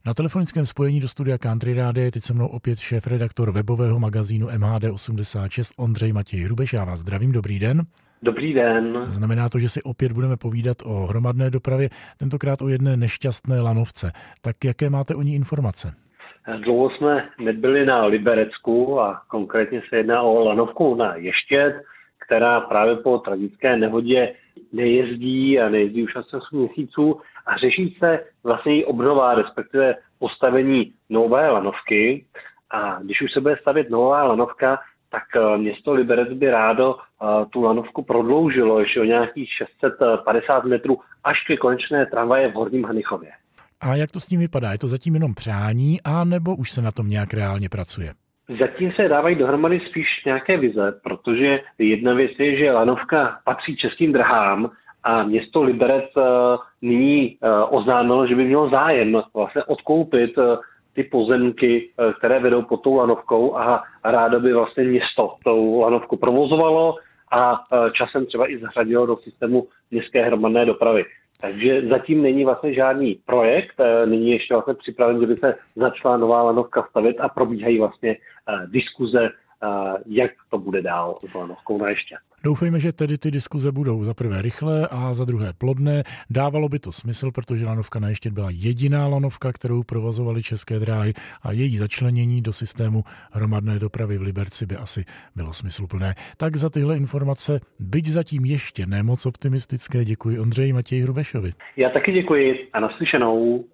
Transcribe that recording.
Na telefonickém spojení do studia Country Rádia je teď se mnou opět šéfredaktor webového magazínu MHD86 Ondřej Matěj Hrubeš. Já vás zdravím, dobrý den. Dobrý den. Znamená to, že si opět budeme povídat o hromadné dopravě, tentokrát o jedné nešťastné lanovce. Tak jaké máte o ní informace? Dlouho jsme nebyli na Liberecku a konkrétně se jedná o lanovku na Ještěd, která právě po tragické nehodě nejezdí už asi 8 měsíců a řeší se vlastně její obnova, respektive postavení nové lanovky. A když už se bude stavět nová lanovka, tak město Liberec by rádo tu lanovku prodloužilo ještě o nějakých 650 metrů až ke konečné tramvaje v Horním Hanichově. A jak to s tím vypadá? Je to zatím jenom přání, a nebo už se na tom nějak reálně pracuje? Zatím se dávají dohromady spíš nějaké vize, protože jedna věc je, že lanovka patří Českým dráhám a město Liberec nyní oznámilo, že by mělo zájem vlastně odkoupit ty pozemky, které vedou pod tou lanovkou a rádo by vlastně město tou lanovku provozovalo a časem třeba i zařadilo do systému městské hromadné dopravy. Takže zatím není vlastně žádný projekt, není ještě vlastně připraven, že by se začala nová lanovka stavět a probíhají vlastně diskuze, jak to bude dál s lanovkou na Ještěd. Doufejme, že tedy ty diskuze budou za prvé rychlé a za druhé plodné. Dávalo by to smysl, protože lanovka na Ještěd byla jediná lanovka, kterou provozovaly České dráhy a její začlenění do systému hromadné dopravy v Liberci by asi bylo smysluplné. Tak za tyhle informace, byť zatím ještě nemoc optimistické, děkuji Ondřeji Matěji Hrubešovi. Já taky děkuji a naslyšenou.